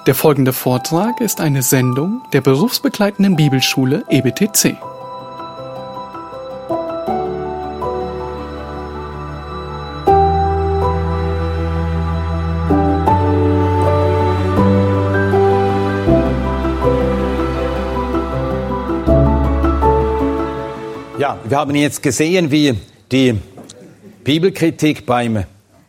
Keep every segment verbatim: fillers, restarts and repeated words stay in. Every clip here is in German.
Der folgende Vortrag ist eine Sendung der berufsbegleitenden Bibelschule E B T C. Ja, wir haben jetzt gesehen, wie die Bibelkritik beim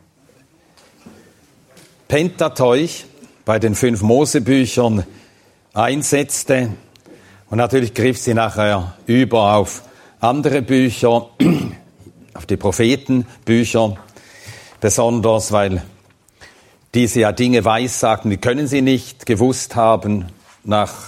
Pentateuch, bei den fünf Mosebüchern einsetzte. Und natürlich griff sie nachher über auf andere Bücher, auf die Prophetenbücher, besonders, weil diese ja Dinge weissagten, die können sie nicht gewusst haben nach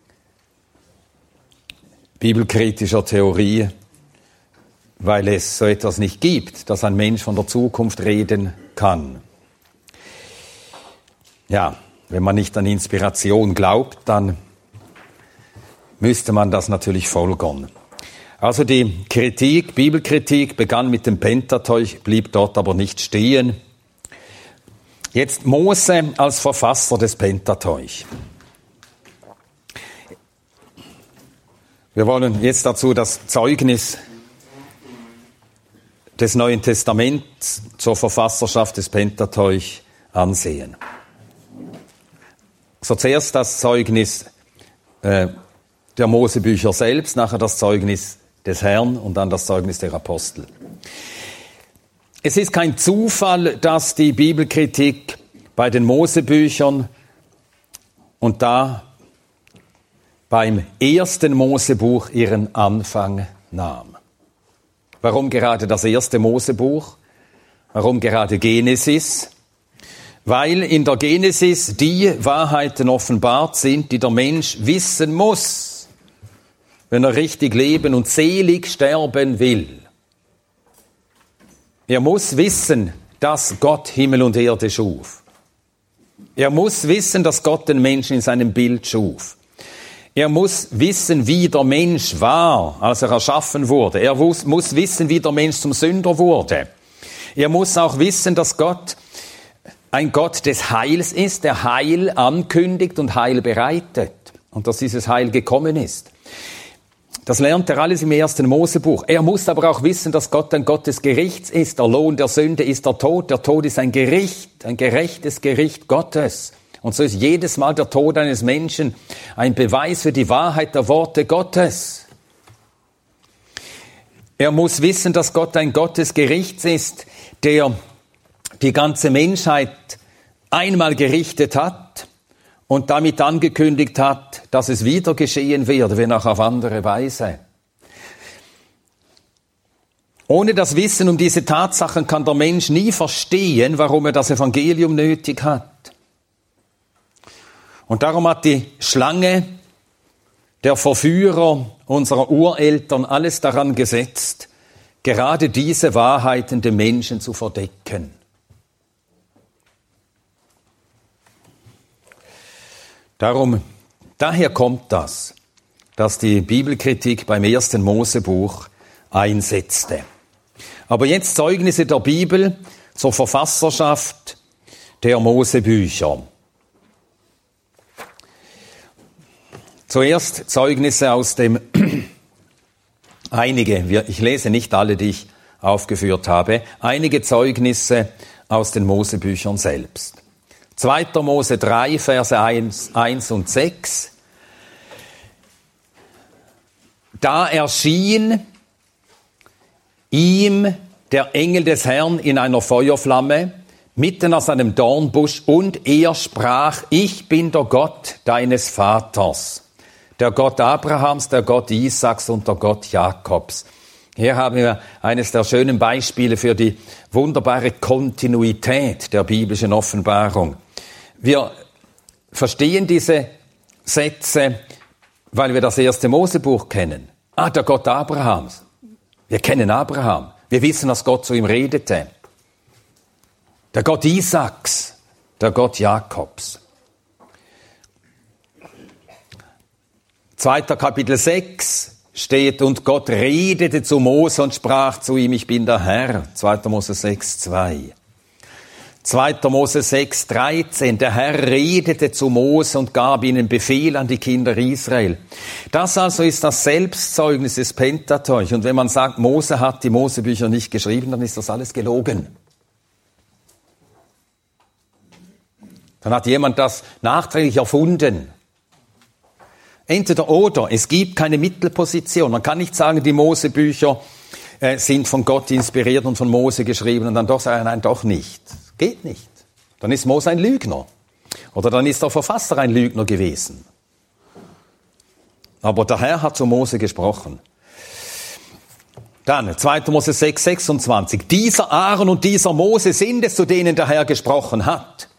bibelkritischer Theorie, weil es so etwas nicht gibt, dass ein Mensch von der Zukunft reden kann. Ja, wenn man nicht an Inspiration glaubt, dann müsste man das natürlich folgern. Also die Kritik, Bibelkritik begann mit dem Pentateuch, blieb dort aber nicht stehen. Jetzt Mose als Verfasser des Pentateuch. Wir wollen jetzt dazu das Zeugnis des Neuen Testaments zur Verfasserschaft des Pentateuch ansehen. So zuerst das Zeugnis äh, der Mosebücher selbst, nachher das Zeugnis des Herrn und dann das Zeugnis der Apostel. Es ist kein Zufall, dass die Bibelkritik bei den Mosebüchern und da beim ersten Mosebuch ihren Anfang nahm. Warum gerade das erste Mosebuch? Warum gerade Genesis? Weil in der Genesis die Wahrheiten offenbart sind, die der Mensch wissen muss, wenn er richtig leben und selig sterben will. Er muss wissen, dass Gott Himmel und Erde schuf. Er muss wissen, dass Gott den Menschen in seinem Bild schuf. Er muss wissen, wie der Mensch war, als er erschaffen wurde. Er muss, muss wissen, wie der Mensch zum Sünder wurde. Er muss auch wissen, dass Gott ein Gott des Heils ist, der Heil ankündigt und Heil bereitet. Und dass dieses Heil gekommen ist. Das lernt er alles im ersten Mosebuch. Er muss aber auch wissen, dass Gott ein Gott des Gerichts ist. Der Lohn der Sünde ist der Tod. Der Tod ist ein Gericht, ein gerechtes Gericht Gottes. Und so ist jedes Mal der Tod eines Menschen ein Beweis für die Wahrheit der Worte Gottes. Er muss wissen, dass Gott ein Gott des Gerichts ist, der die ganze Menschheit einmal gerichtet hat und damit angekündigt hat, dass es wieder geschehen wird, wenn auch auf andere Weise. Ohne das Wissen um diese Tatsachen kann der Mensch nie verstehen, warum er das Evangelium nötig hat. Und darum hat die Schlange, der Verführer unserer Ureltern, alles daran gesetzt, gerade diese Wahrheiten dem Menschen zu verdecken. Darum, daher kommt das, dass die Bibelkritik beim ersten Mosebuch einsetzte. Aber jetzt Zeugnisse der Bibel zur Verfasserschaft der Mosebücher. Zuerst Zeugnisse aus dem, einige, ich lese nicht alle, die ich aufgeführt habe, einige Zeugnisse aus den Mosebüchern selbst. zweiter Mose drei, Verse eins, eins und sechs. Da erschien ihm der Engel des Herrn in einer Feuerflamme, mitten aus einem Dornbusch, und er sprach: Ich bin der Gott deines Vaters, der Gott Abrahams, der Gott Isaaks und der Gott Jakobs. Hier haben wir eines der schönen Beispiele für die wunderbare Kontinuität der biblischen Offenbarung. Wir verstehen diese Sätze, weil wir das erste Mosebuch kennen. Ah, der Gott Abrahams. Wir kennen Abraham. Wir wissen, dass Gott zu ihm redete. Der Gott Isaaks, der Gott Jakobs. Zweiter Kapitel sechs steht: Und Gott redete zu Mose und sprach zu ihm: Ich bin der Herr. zweiter Mose sechs, zwei. zweiter Mose sechs, dreizehn. Der Herr redete zu Mose und gab ihnen Befehl an die Kinder Israel. Das also ist das Selbstzeugnis des Pentateuch. Und wenn man sagt, Mose hat die Mosebücher nicht geschrieben, dann ist das alles gelogen. Dann hat jemand das nachträglich erfunden. Entweder oder, es gibt keine Mittelposition. Man kann nicht sagen, die Mosebücher äh, sind von Gott inspiriert und von Mose geschrieben und dann doch sagen, nein, doch nicht. Geht nicht. Dann ist Mose ein Lügner. Oder dann ist der Verfasser ein Lügner gewesen. Aber der Herr hat zu Mose gesprochen. Dann, zweiter Mose sechs, sechsundzwanzig. Dieser Aaron und dieser Mose sind es, zu denen der Herr gesprochen hat.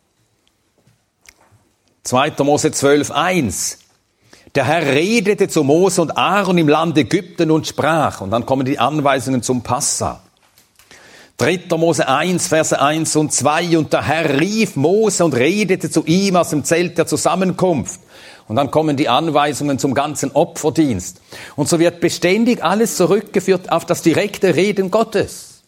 zweiter Mose zwölf, eins. Der Herr redete zu Mose und Aaron im Land Ägypten und sprach. Und dann kommen die Anweisungen zum Passa. dritter Mose eins, Verse eins und zwei. Und der Herr rief Mose und redete zu ihm aus dem Zelt der Zusammenkunft. Und dann kommen die Anweisungen zum ganzen Opferdienst. Und so wird beständig alles zurückgeführt auf das direkte Reden Gottes.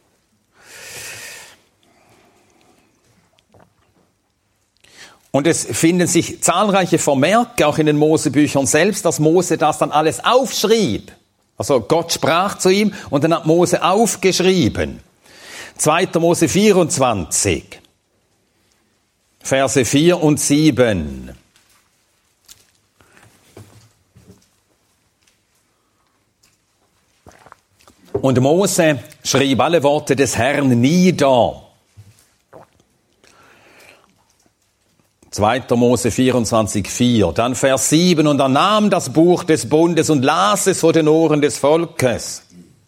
Und es finden sich zahlreiche Vermerke, auch in den Mosebüchern selbst, dass Mose das dann alles aufschrieb. Also Gott sprach zu ihm und dann hat Mose aufgeschrieben. zweiter Mose vierundzwanzig, Verse vier und sieben. Und Mose schrieb alle Worte des Herrn nieder. zweiter Mose vierundzwanzig, vier. Dann Vers sieben. Und er nahm das Buch des Bundes und las es vor den Ohren des Volkes.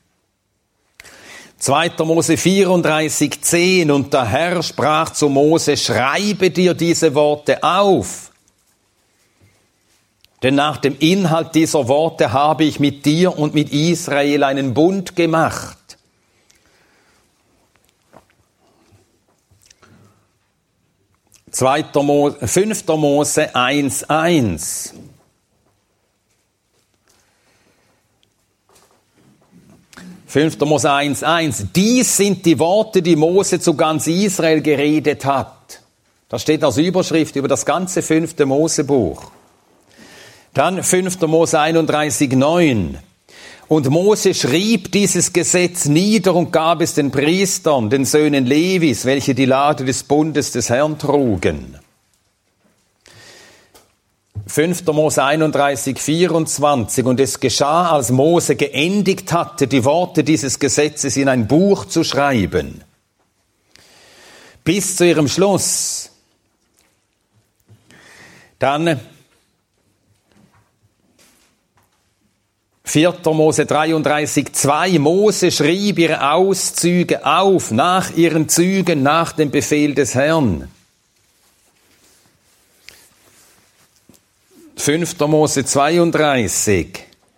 zweiter Mose vierunddreißig, zehn. Und der Herr sprach zu Mose, schreibe dir diese Worte auf. Denn nach dem Inhalt dieser Worte habe ich mit dir und mit Israel einen Bund gemacht. zweiter Mose, fünfter Mose eins, eins. fünfter Mose eins, eins. Dies sind die Worte, die Mose zu ganz Israel geredet hat. Das steht als Überschrift über das ganze fünfte Mosebuch. Dann fünfter Mose einunddreißig, neun. Und Mose schrieb dieses Gesetz nieder und gab es den Priestern, den Söhnen Levis, welche die Lade des Bundes des Herrn trugen. fünfter Mose einunddreißig, vierundzwanzig. Und es geschah, als Mose geendigt hatte, die Worte dieses Gesetzes in ein Buch zu schreiben. Bis zu ihrem Schluss. Dann vierter Mose dreiunddreißig, zwei. Mose schrieb ihre Auszüge auf, nach ihren Zügen, nach dem Befehl des Herrn. fünfter Mose zweiunddreißig.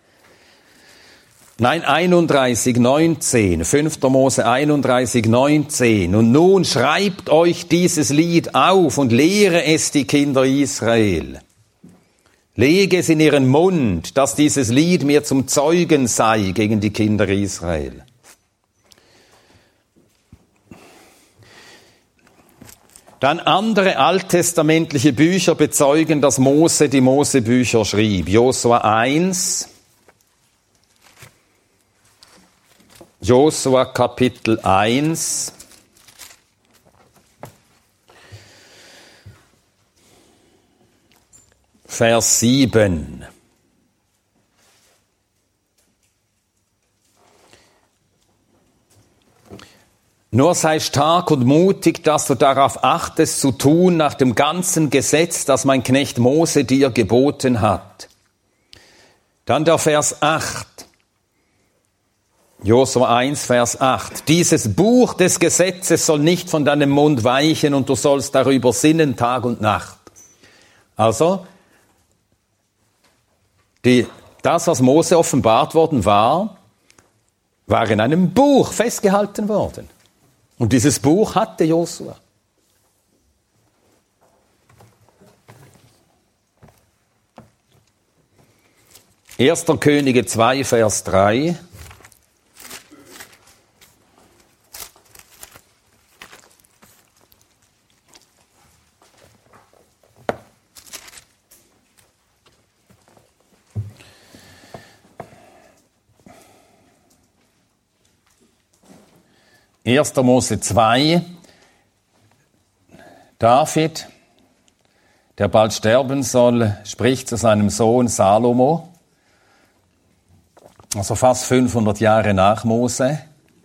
Nein, einunddreißig, neunzehn. fünfter Mose einunddreißig, neunzehn. Und nun schreibt euch dieses Lied auf und lehre es die Kinder Israel. Lege es in ihren Mund, dass dieses Lied mir zum Zeugen sei gegen die Kinder Israel. Dann andere alttestamentliche Bücher bezeugen, dass Mose die Mosebücher schrieb. Josua eins, Josua Kapitel eins, Vers sieben. Nur sei stark und mutig, dass du darauf achtest, zu tun nach dem ganzen Gesetz, das mein Knecht Mose dir geboten hat. Dann der Vers acht. Josua eins, Vers acht. Dieses Buch des Gesetzes soll nicht von deinem Mund weichen und du sollst darüber sinnen Tag und Nacht. Also, die, das, was Mose offenbart worden war, war in einem Buch festgehalten worden. Und dieses Buch hatte Josua. erster Könige zwei, Vers drei. erster Mose zwei, David, der bald sterben soll, spricht zu seinem Sohn Salomo, also fast fünfhundert Jahre nach Mose.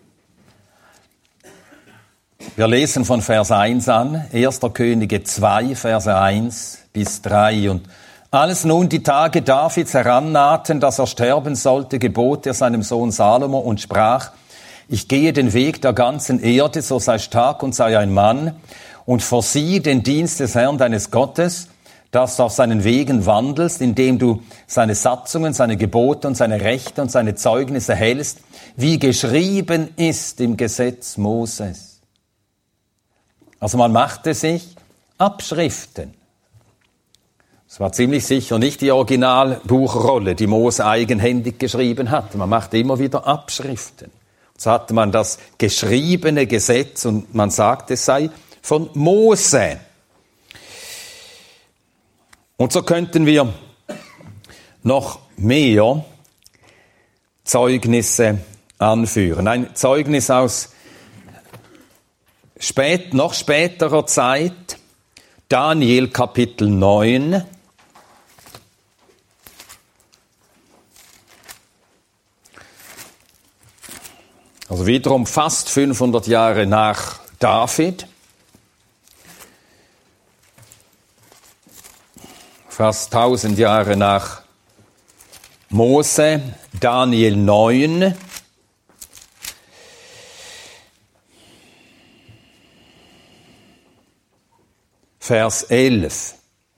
Wir lesen von Vers eins an, erster Könige zwei, Verse eins bis drei. Und als nun die Tage Davids herannahten, dass er sterben sollte, gebot er seinem Sohn Salomo und sprach, ich gehe den Weg der ganzen Erde, so sei stark und sei ein Mann, und versieh den Dienst des Herrn deines Gottes, dass du auf seinen Wegen wandelst, indem du seine Satzungen, seine Gebote und seine Rechte und seine Zeugnisse hältst, wie geschrieben ist im Gesetz Moses. Also man machte sich Abschriften. Es war ziemlich sicher nicht die Originalbuchrolle, die Mose eigenhändig geschrieben hat. Man machte immer wieder Abschriften. So hatte man das geschriebene Gesetz und man sagte, es sei von Mose. Und so könnten wir noch mehr Zeugnisse anführen. Ein Zeugnis aus spät, noch späterer Zeit, Daniel Kapitel neun. Also wiederum fast fünfhundert Jahre nach David. Fast tausend Jahre nach Mose, Daniel neun. Vers elf.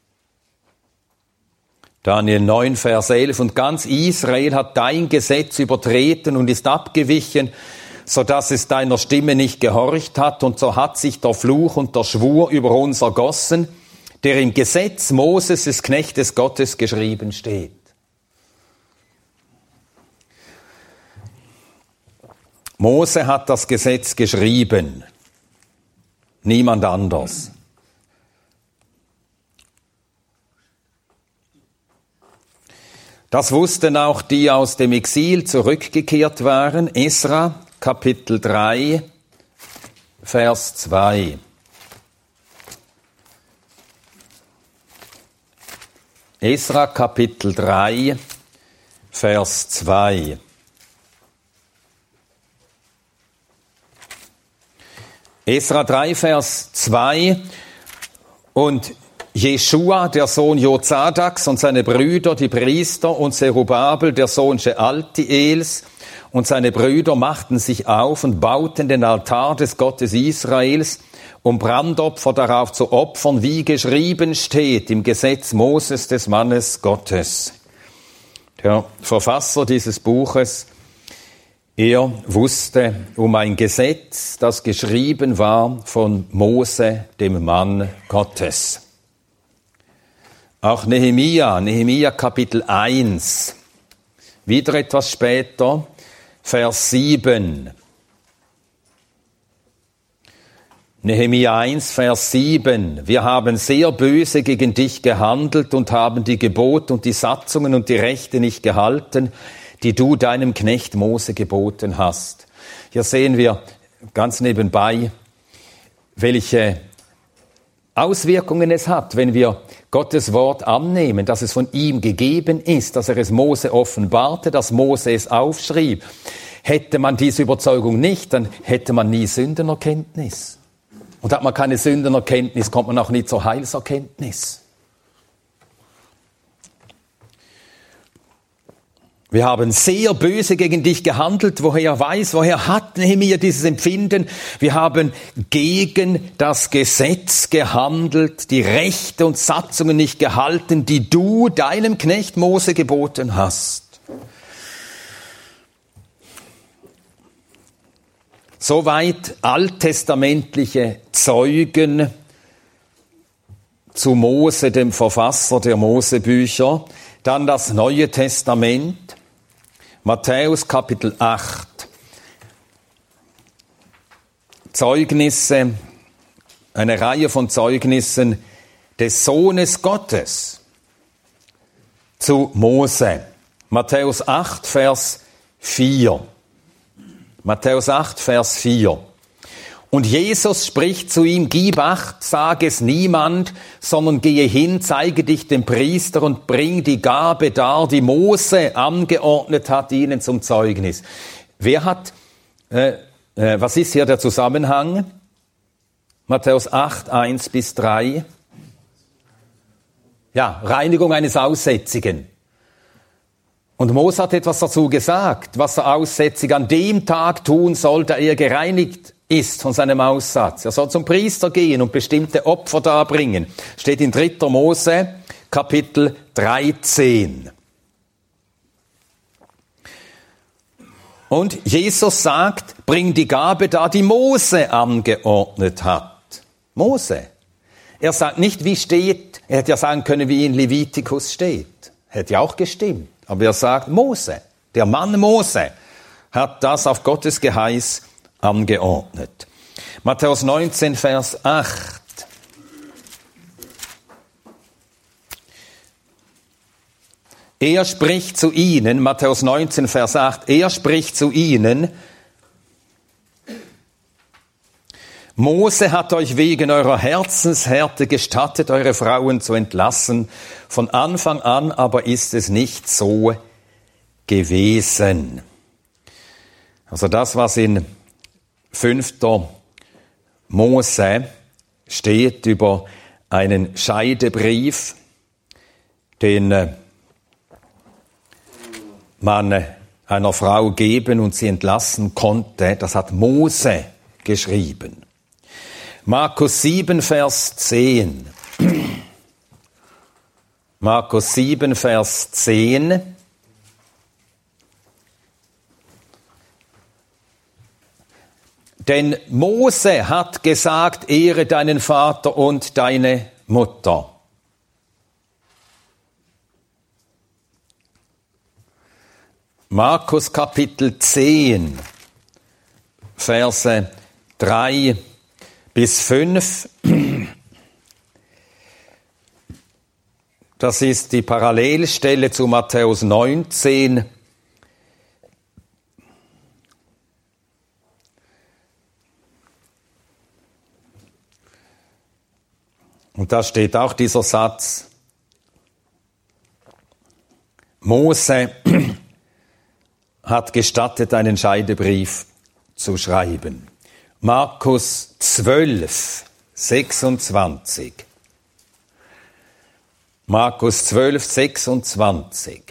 Daniel neun, Vers elf. Und ganz Israel hat dein Gesetz übertreten und ist abgewichen, so dass es deiner Stimme nicht gehorcht hat. Und so hat sich der Fluch und der Schwur über uns ergossen, der im Gesetz Moses, des Knechtes Gottes, geschrieben steht. Mose hat das Gesetz geschrieben, niemand anders. Das wussten auch die aus dem Exil zurückgekehrt waren. Esra, Kapitel drei, Vers zwei. Esra, Kapitel drei, Vers zwei. Esra drei, Vers zwei. Und Jeschua, der Sohn Jozadaks, und seine Brüder, die Priester, und Zerubabel, der Sohn Shealtiels, und seine Brüder machten sich auf und bauten den Altar des Gottes Israels, um Brandopfer darauf zu opfern, wie geschrieben steht im Gesetz Moses, des Mannes Gottes. Der Verfasser dieses Buches, er wusste um ein Gesetz, das geschrieben war von Mose, dem Mann Gottes. Auch Nehemia, Nehemia Kapitel eins, wieder etwas später, Vers sieben. Nehemia eins, Vers sieben. Wir haben sehr böse gegen dich gehandelt und haben die Gebote und die Satzungen und die Rechte nicht gehalten, die du deinem Knecht Mose geboten hast. Hier sehen wir ganz nebenbei, welche Auswirkungen es hat, wenn wir Gottes Wort annehmen, dass es von ihm gegeben ist, dass er es Mose offenbarte, dass Mose es aufschrieb. Hätte man diese Überzeugung nicht, dann hätte man nie Sündenerkenntnis. Und hat man keine Sündenerkenntnis, kommt man auch nie zur Heilserkenntnis. Wir haben sehr böse gegen dich gehandelt. Woher weiß, woher hat Nehemia dieses Empfinden? Wir haben gegen das Gesetz gehandelt, die Rechte und Satzungen nicht gehalten, die du deinem Knecht Mose geboten hast. Soweit alttestamentliche Zeugen zu Mose, dem Verfasser der Mosebücher. Dann das Neue Testament. Matthäus Kapitel acht. Zeugnisse, eine Reihe von Zeugnissen des Sohnes Gottes zu Mose. Matthäus acht, Vers vier. Matthäus acht, Vers vier. Und Jesus spricht zu ihm, gib acht, sage es niemand, sondern gehe hin, zeige dich dem Priester und bring die Gabe dar, die Mose angeordnet hat, ihnen zum Zeugnis. Wer hat, äh, äh, was ist hier der Zusammenhang? Matthäus acht, eins bis drei. Ja, Reinigung eines Aussätzigen. Und Mose hat etwas dazu gesagt, was der Aussätzige an dem Tag tun soll, da er gereinigt ist von seinem Aussatz. Er soll zum Priester gehen und bestimmte Opfer darbringen. Steht in dritter Mose, Kapitel dreizehn. Und Jesus sagt, bring die Gabe da, die Mose angeordnet hat. Mose. Er sagt nicht, wie steht, er hätte ja sagen können, wie in Levitikus steht. Hätte ja auch gestimmt. Aber er sagt, Mose, der Mann Mose, hat das auf Gottes Geheiß angeordnet. Matthäus neunzehn, Vers acht. Er spricht zu ihnen, Matthäus neunzehn, Vers acht, er spricht zu ihnen, Mose hat euch wegen eurer Herzenshärte gestattet, eure Frauen zu entlassen. Von Anfang an aber ist es nicht so gewesen. Also das, was in fünfter Mose steht über einen Scheidebrief, den man einer Frau geben und sie entlassen konnte, das hat Mose geschrieben. Markus sieben, Vers zehn. Markus sieben, Vers zehn. Denn Mose hat gesagt, ehre deinen Vater und deine Mutter. Markus Kapitel zehn, Verse drei bis fünf. Das ist die Parallelstelle zu Matthäus neunzehn. Und da steht auch dieser Satz, Mose hat gestattet, einen Scheidebrief zu schreiben. Markus zwölf, sechsundzwanzig. Markus zwölf, sechsundzwanzig.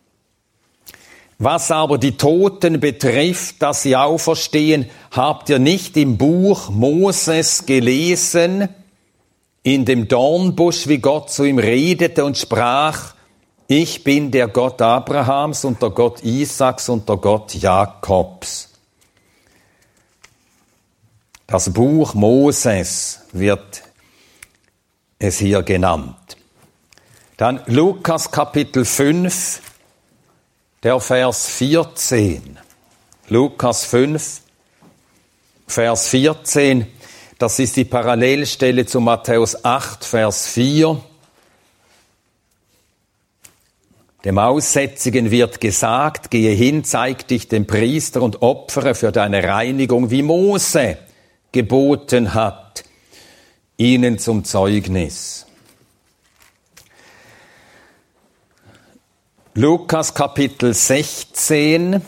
Was aber die Toten betrifft, dass sie auferstehen, habt ihr nicht im Buch Moses gelesen, in dem Dornbusch, wie Gott zu ihm redete und sprach, ich bin der Gott Abrahams und der Gott Isaaks und der Gott Jakobs. Das Buch Moses wird es hier genannt. Dann Lukas Kapitel fünf, der Vers vierzehn. Lukas fünf, Vers vierzehn. Das ist die Parallelstelle zu Matthäus acht, Vers vier. Dem Aussätzigen wird gesagt, gehe hin, zeig dich dem Priester und opfere für deine Reinigung, wie Mose geboten hat, ihnen zum Zeugnis. Lukas Kapitel sechzehn.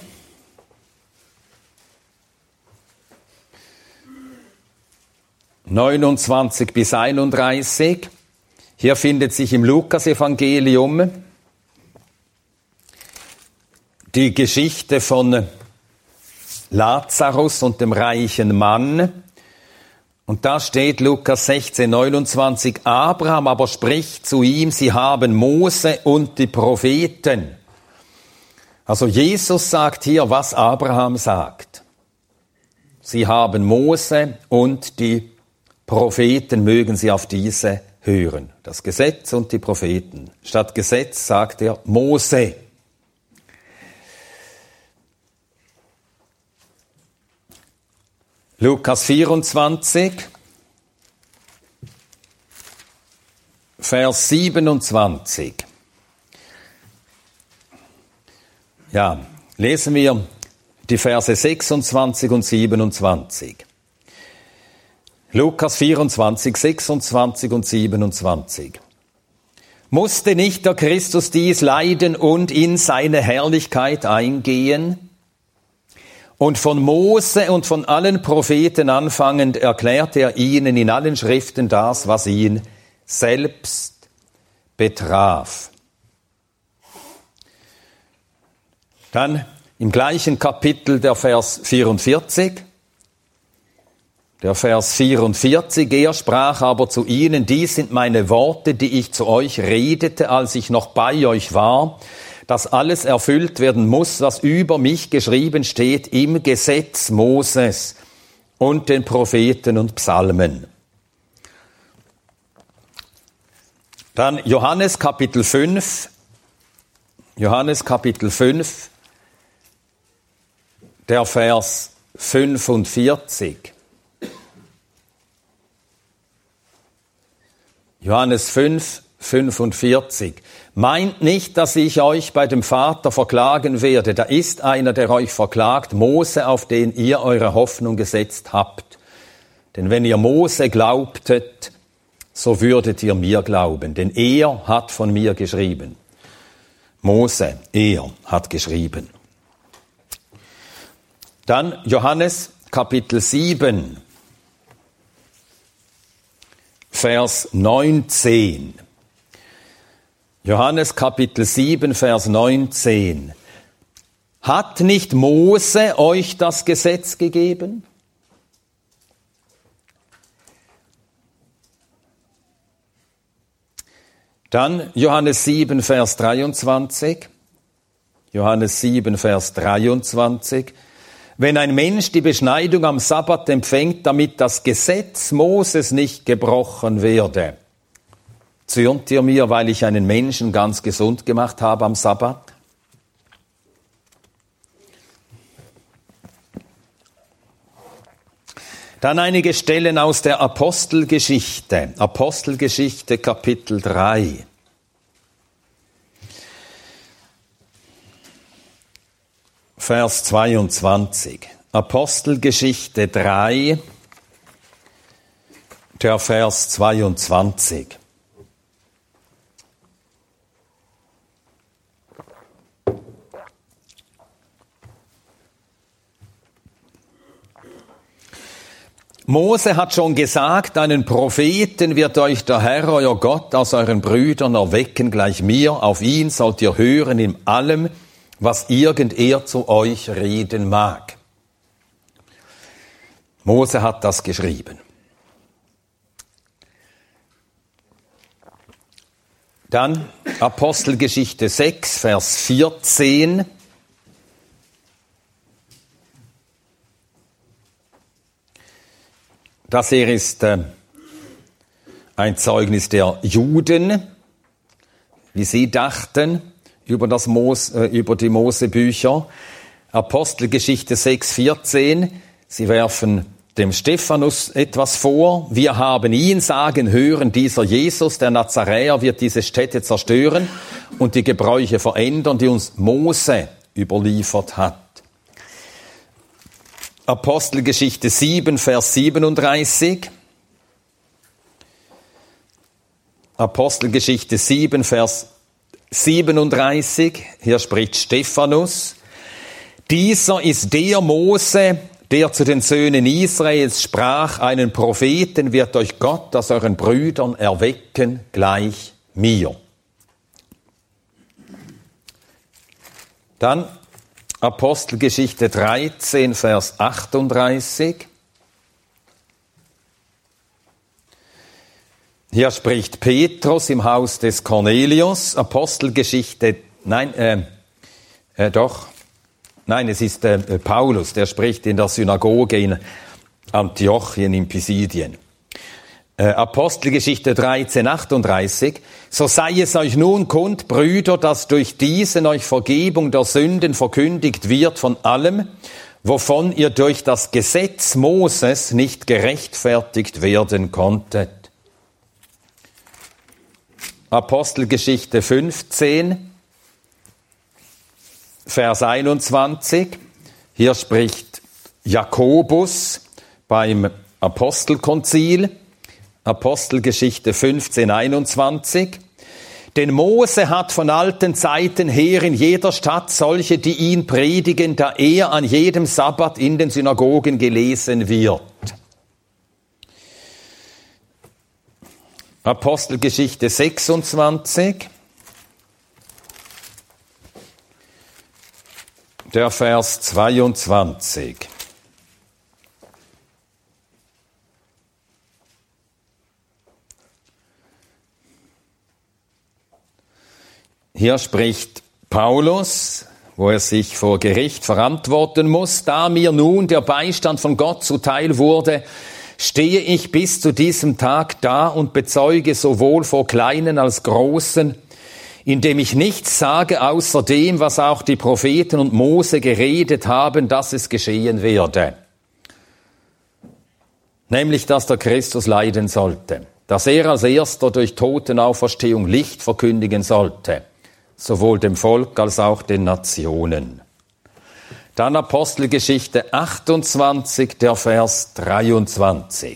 neunundzwanzig bis einunddreißig. Hier findet sich im Lukas-Evangelium die Geschichte von Lazarus und dem reichen Mann. Und da steht Lukas sechzehn, neunundzwanzig, Abraham aber spricht zu ihm, sie haben Mose und die Propheten. Also Jesus sagt hier, was Abraham sagt. Sie haben Mose und die Propheten, mögen sie auf diese hören. Das Gesetz und die Propheten. Statt Gesetz sagt er Mose. Lukas vierundzwanzig, Vers siebenundzwanzig. Ja, lesen wir die Verse sechsundzwanzig und siebenundzwanzig. Lukas vierundzwanzig, sechsundzwanzig und siebenundzwanzig. Musste nicht der Christus dies leiden und in seine Herrlichkeit eingehen? Und von Mose und von allen Propheten anfangend erklärte er ihnen in allen Schriften das, was ihn selbst betraf. Dann im gleichen Kapitel der Vers vierundvierzig. Der Vers vierundvierzig, er sprach aber zu ihnen, dies sind meine Worte, die ich zu euch redete, als ich noch bei euch war, dass alles erfüllt werden muss, was über mich geschrieben steht im Gesetz Moses und den Propheten und Psalmen. Dann Johannes Kapitel fünf, Johannes Kapitel fünf, der Vers fünfundvierzig. Johannes fünf, fünfundvierzig. Meint nicht, dass ich euch bei dem Vater verklagen werde. Da ist einer, der euch verklagt, Mose, auf den ihr eure Hoffnung gesetzt habt. Denn wenn ihr Mose glaubtet, so würdet ihr mir glauben. Denn er hat von mir geschrieben. Mose, er hat geschrieben. Dann Johannes Kapitel sieben. Vers neunzehn. Johannes Kapitel sieben, Vers neunzehn. Hat nicht Mose euch das Gesetz gegeben? Dann Johannes sieben, Vers dreiundzwanzig. Johannes sieben, Vers dreiundzwanzig. Wenn ein Mensch die Beschneidung am Sabbat empfängt, damit das Gesetz Moses nicht gebrochen werde, zürnt ihr mir, weil ich einen Menschen ganz gesund gemacht habe am Sabbat? Dann einige Stellen aus der Apostelgeschichte. Apostelgeschichte Kapitel drei. Vers zweiundzwanzig. Apostelgeschichte drei, der Vers zweiundzwanzig. Mose hat schon gesagt, einen Propheten wird euch der Herr, euer Gott, aus euren Brüdern erwecken, gleich mir. Auf ihn sollt ihr hören in allem, was irgend er zu euch reden mag. Mose hat das geschrieben. Dann Apostelgeschichte sechs, Vers vierzehn. Das hier ist äh, ein Zeugnis der Juden, wie sie dachten über, das Mose, äh, über die Mosebücher. Apostelgeschichte sechs, vierzehn. Sie werfen dem Stephanus etwas vor. Wir haben ihn sagen hören, dieser Jesus, der Nazaräer, wird diese Städte zerstören und die Gebräuche verändern, die uns Mose überliefert hat. Apostelgeschichte sieben, Vers siebenunddreißig. Apostelgeschichte sieben, Vers siebenunddreißig. Hier spricht Stephanus. Dieser ist der Mose, der zu den Söhnen Israels sprach, einen Propheten wird euch Gott aus euren Brüdern erwecken, gleich mir. Dann Apostelgeschichte dreizehn, Vers achtunddreißig. Hier spricht Petrus im Haus des Cornelius. Apostelgeschichte, nein, äh, äh, doch, nein, es ist äh, Paulus, der spricht in der Synagoge in Antiochien in Pisidien. Äh, Apostelgeschichte dreizehn, achtunddreißig. So sei es euch nun kund, Brüder, dass durch diesen euch Vergebung der Sünden verkündigt wird von allem, wovon ihr durch das Gesetz Moses nicht gerechtfertigt werden konntet. Apostelgeschichte fünfzehn, Vers einundzwanzig. Hier spricht Jakobus beim Apostelkonzil, Apostelgeschichte fünfzehn einundzwanzig. Denn Mose hat von alten Zeiten her in jeder Stadt solche, die ihn predigen, da er an jedem Sabbat in den Synagogen gelesen wird. Apostelgeschichte sechsundzwanzig, der Vers zweiundzwanzig. Hier spricht Paulus, wo er sich vor Gericht verantworten muss. Da mir nun der Beistand von Gott zuteil wurde, stehe ich bis zu diesem Tag da und bezeuge sowohl vor Kleinen als Großen, indem ich nichts sage außer dem, was auch die Propheten und Mose geredet haben, dass es geschehen werde. Nämlich, dass der Christus leiden sollte, dass er als Erster durch Totenauferstehung Licht verkündigen sollte, sowohl dem Volk als auch den Nationen. Dann Apostelgeschichte achtundzwanzig, der Vers dreiundzwanzig.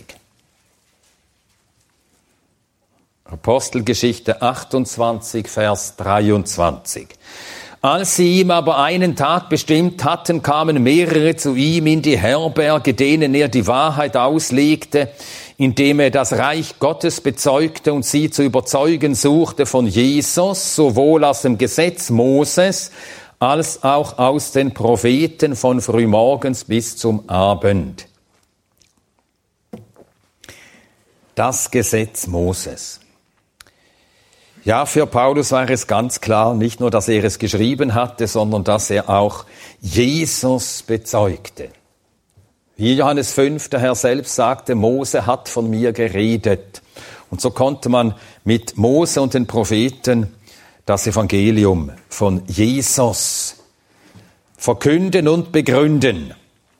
Apostelgeschichte achtundzwanzig, Vers dreiundzwanzig. Als sie ihm aber einen Tag bestimmt hatten, kamen mehrere zu ihm in die Herberge, denen er die Wahrheit auslegte, indem er das Reich Gottes bezeugte und sie zu überzeugen suchte von Jesus, sowohl aus dem Gesetz Moses, als auch aus den Propheten von frühmorgens bis zum Abend. Das Gesetz Moses. Ja, für Paulus war es ganz klar, nicht nur, dass er es geschrieben hatte, sondern dass er auch Jesus bezeugte. Wie Johannes fünf, der Herr selbst sagte, Mose hat von mir geredet. Und so konnte man mit Mose und den Propheten das Evangelium von Jesus verkünden und begründen.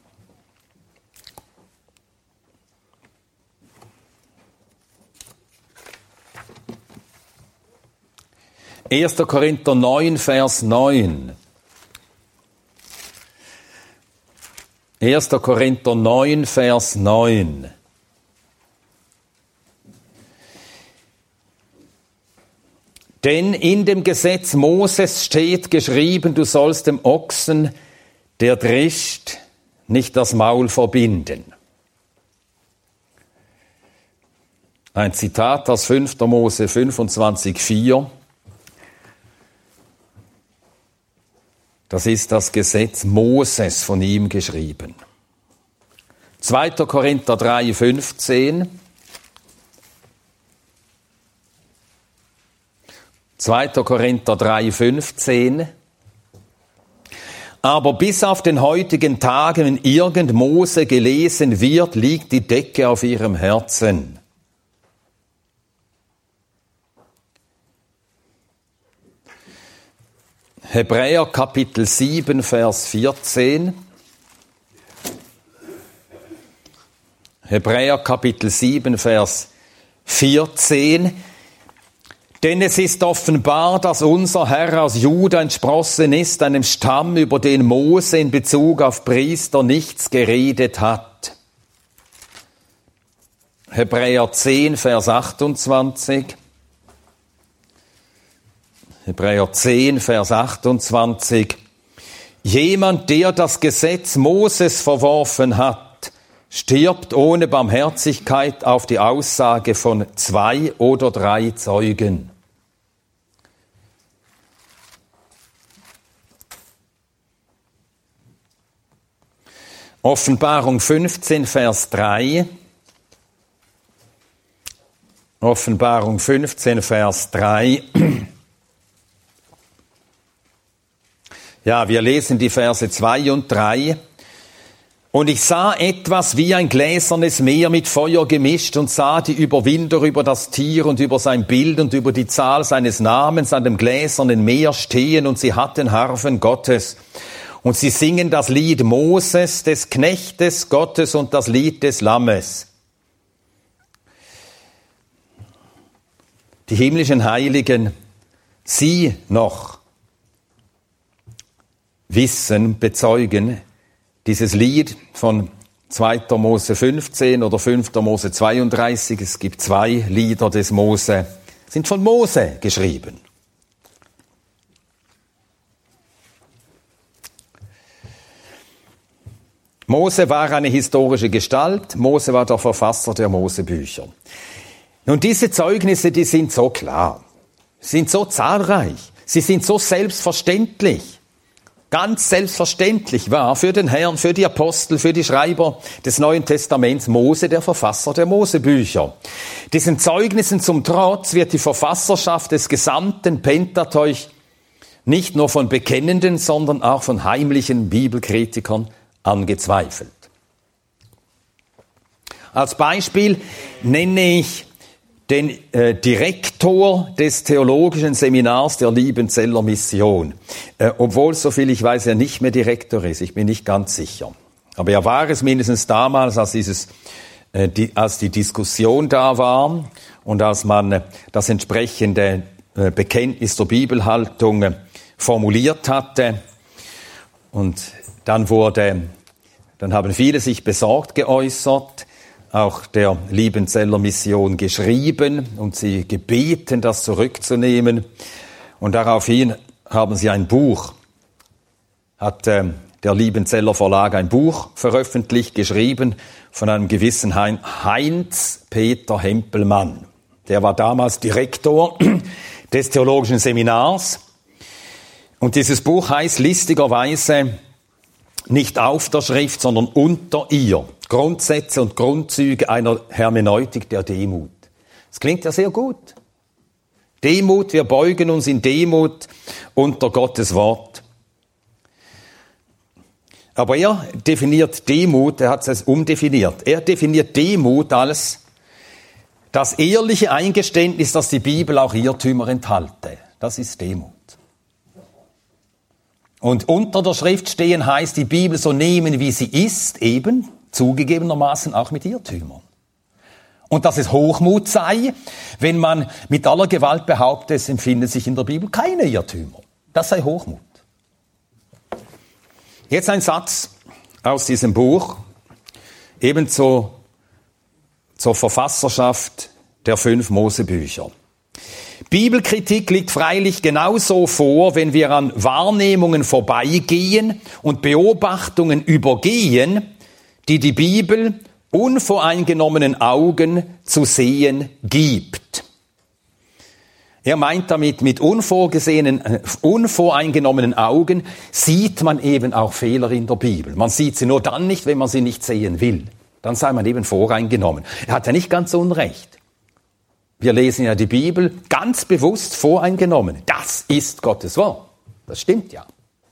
erster Korinther neun, Vers neun. erster Korinther neun, Vers neun. Denn in dem Gesetz Moses steht geschrieben, du sollst dem Ochsen, der drischt, nicht das Maul verbinden. Ein Zitat aus fünfter Mose fünfundzwanzig, vier. Das ist das Gesetz Moses, von ihm geschrieben. zweiter Korinther drei, fünfzehn. zweiter Korinther drei, fünfzehn. Aber bis auf den heutigen Tagen, wenn irgend Mose gelesen wird, liegt die Decke auf ihrem Herzen. Hebräer Kapitel sieben, Vers vierzehn. Hebräer Kapitel sieben, Vers vierzehn. Denn es ist offenbar, dass unser Herr aus Juda entsprossen ist, einem Stamm, über den Mose in Bezug auf Priester nichts geredet hat. Hebräer zehn, Vers achtundzwanzig. Hebräer zehn, Vers achtundzwanzig. Jemand, der das Gesetz Moses verworfen hat, stirbt ohne Barmherzigkeit auf die Aussage von zwei oder drei Zeugen. Offenbarung fünfzehn, Vers drei. Offenbarung fünfzehn, Vers drei. Ja, wir lesen die Verse zwei und drei. Und ich sah etwas wie ein gläsernes Meer mit Feuer gemischt und sah die Überwinder über das Tier und über sein Bild und über die Zahl seines Namens an dem gläsernen Meer stehen, und sie hatten Harfen Gottes. Und sie singen das Lied Moses, des Knechtes Gottes, und das Lied des Lammes. Die himmlischen Heiligen, sie noch wissen, bezeugen dieses Lied von zweiter Mose fünfzehn oder fünfter Mose zweiunddreißig. Es gibt zwei Lieder des Mose, sind von Mose geschrieben. Mose war eine historische Gestalt. Mose war der Verfasser der Mosebücher. Nun, diese Zeugnisse, die sind so klar, sind so zahlreich, sie sind so selbstverständlich. Ganz selbstverständlich war für den Herrn, für die Apostel, für die Schreiber des Neuen Testaments Mose der Verfasser der Mosebücher. Diesen Zeugnissen zum Trotz wird die Verfasserschaft des gesamten Pentateuch nicht nur von bekennenden, sondern auch von heimlichen Bibelkritikern angezweifelt. Als Beispiel nenne ich den äh, Direktor des Theologischen Seminars der Liebenzeller Mission. Äh, obwohl, soviel ich weiß, er nicht mehr Direktor ist. Ich bin nicht ganz sicher. Aber er war es mindestens damals, als, dieses, äh, die, als die Diskussion da war und als man äh, das entsprechende äh, Bekenntnis der Bibelhaltung äh, formuliert hatte. Und dann wurde, dann haben viele sich besorgt geäußert, auch der Liebenzeller Mission geschrieben und sie gebeten, das zurückzunehmen. Und daraufhin haben sie ein Buch, hat äh, der Liebenzeller Verlag ein Buch veröffentlicht, geschrieben von einem gewissen Heinz-Peter Hempelmann. Der war damals Direktor des Theologischen Seminars. Und dieses Buch heißt listigerweise nicht auf der Schrift, sondern unter ihr. Grundsätze und Grundzüge einer Hermeneutik der Demut. Das klingt ja sehr gut. Demut, wir beugen uns in Demut unter Gottes Wort. Aber er definiert Demut, er hat es umdefiniert. Er definiert Demut als das ehrliche Eingeständnis, dass die Bibel auch Irrtümer enthalte. Das ist Demut. Und unter der Schrift stehen heißt, die Bibel so nehmen, wie sie ist, eben, zugegebenermaßen auch mit Irrtümern. Und dass es Hochmut sei, wenn man mit aller Gewalt behauptet, es empfinden sich in der Bibel keine Irrtümer. Das sei Hochmut. Jetzt ein Satz aus diesem Buch, ebenso zur Verfasserschaft der fünf Mosebücher. Bibelkritik liegt freilich genauso vor, wenn wir an Wahrnehmungen vorbeigehen und Beobachtungen übergehen, die die Bibel unvoreingenommenen Augen zu sehen gibt. Er meint damit, mit unvorgesehenen, äh, unvoreingenommenen Augen sieht man eben auch Fehler in der Bibel. Man sieht sie nur dann nicht, wenn man sie nicht sehen will. Dann sei man eben voreingenommen. Er hat ja nicht ganz unrecht. Wir lesen ja die Bibel ganz bewusst voreingenommen. Das ist Gottes Wort. Das stimmt ja.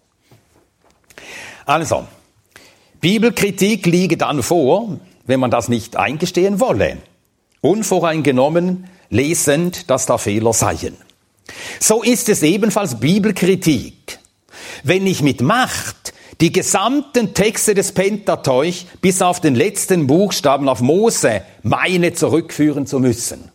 Also, Bibelkritik liege dann vor, wenn man das nicht eingestehen wolle. Unvoreingenommen lesend, dass da Fehler seien. So ist es ebenfalls Bibelkritik, wenn ich mit Macht die gesamten Texte des Pentateuch bis auf den letzten Buchstaben auf Mose meine zurückführen zu müssen.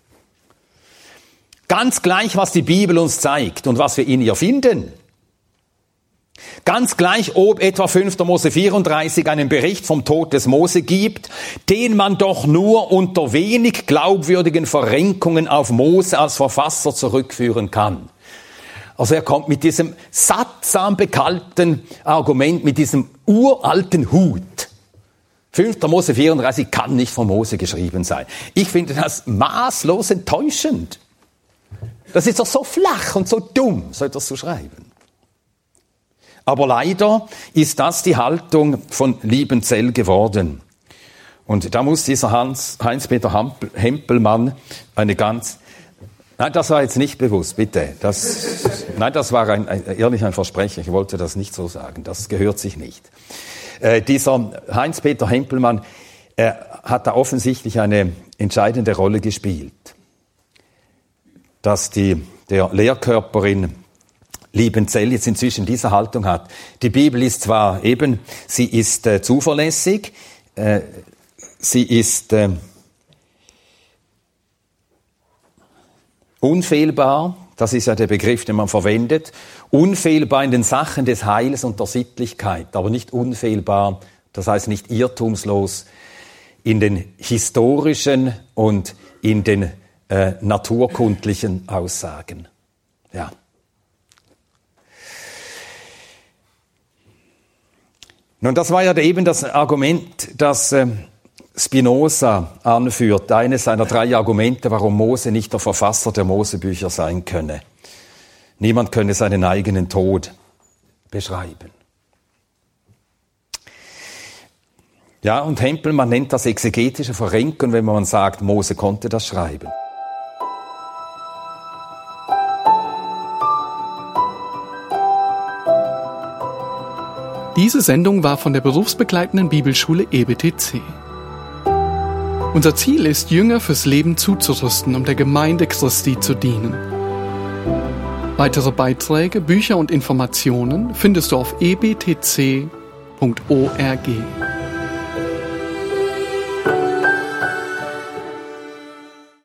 Ganz gleich, was die Bibel uns zeigt und was wir in ihr finden. Ganz gleich, ob etwa fünfter Mose vierunddreißig einen Bericht vom Tod des Mose gibt, den man doch nur unter wenig glaubwürdigen Verrenkungen auf Mose als Verfasser zurückführen kann. Also er kommt mit diesem sattsam bekannten Argument, mit diesem uralten Hut. fünfter Mose vierunddreißig kann nicht von Mose geschrieben sein. Ich finde das maßlos enttäuschend. Das ist doch so flach und so dumm, so etwas zu schreiben. Aber leider ist das die Haltung von Liebenzell geworden. Und da muss dieser Hans, Heinz-Peter Hempelmann eine ganz... Nein, das war jetzt nicht bewusst, bitte. Das, nein, das war ein, ein, ehrlich ein Versprechen. Ich wollte das nicht so sagen. Das gehört sich nicht. Äh, dieser Heinz-Peter Hempelmann äh, hat da offensichtlich eine entscheidende Rolle gespielt. Dass die, der Lehrkörperin Liebenzell jetzt inzwischen diese Haltung hat. Die Bibel ist zwar eben, sie ist äh, zuverlässig, äh, sie ist äh, unfehlbar, das ist ja der Begriff, den man verwendet, unfehlbar in den Sachen des Heils und der Sittlichkeit, aber nicht unfehlbar Das heißt nicht irrtumslos in den historischen und in den äh, naturkundlichen Aussagen. Ja. Nun, das war ja eben das Argument, das äh, Spinoza anführt, eines seiner drei Argumente, warum Mose nicht der Verfasser der Mosebücher sein könne. Niemand könne seinen eigenen Tod beschreiben. Ja, und Hempelmann nennt das exegetische Verrenken, wenn man sagt, Mose konnte das schreiben. Diese Sendung war von der berufsbegleitenden Bibelschule E B T C. Unser Ziel ist, Jünger fürs Leben zuzurüsten, um der Gemeinde Christi zu dienen. Weitere Beiträge, Bücher und Informationen findest du auf e b t c punkt org.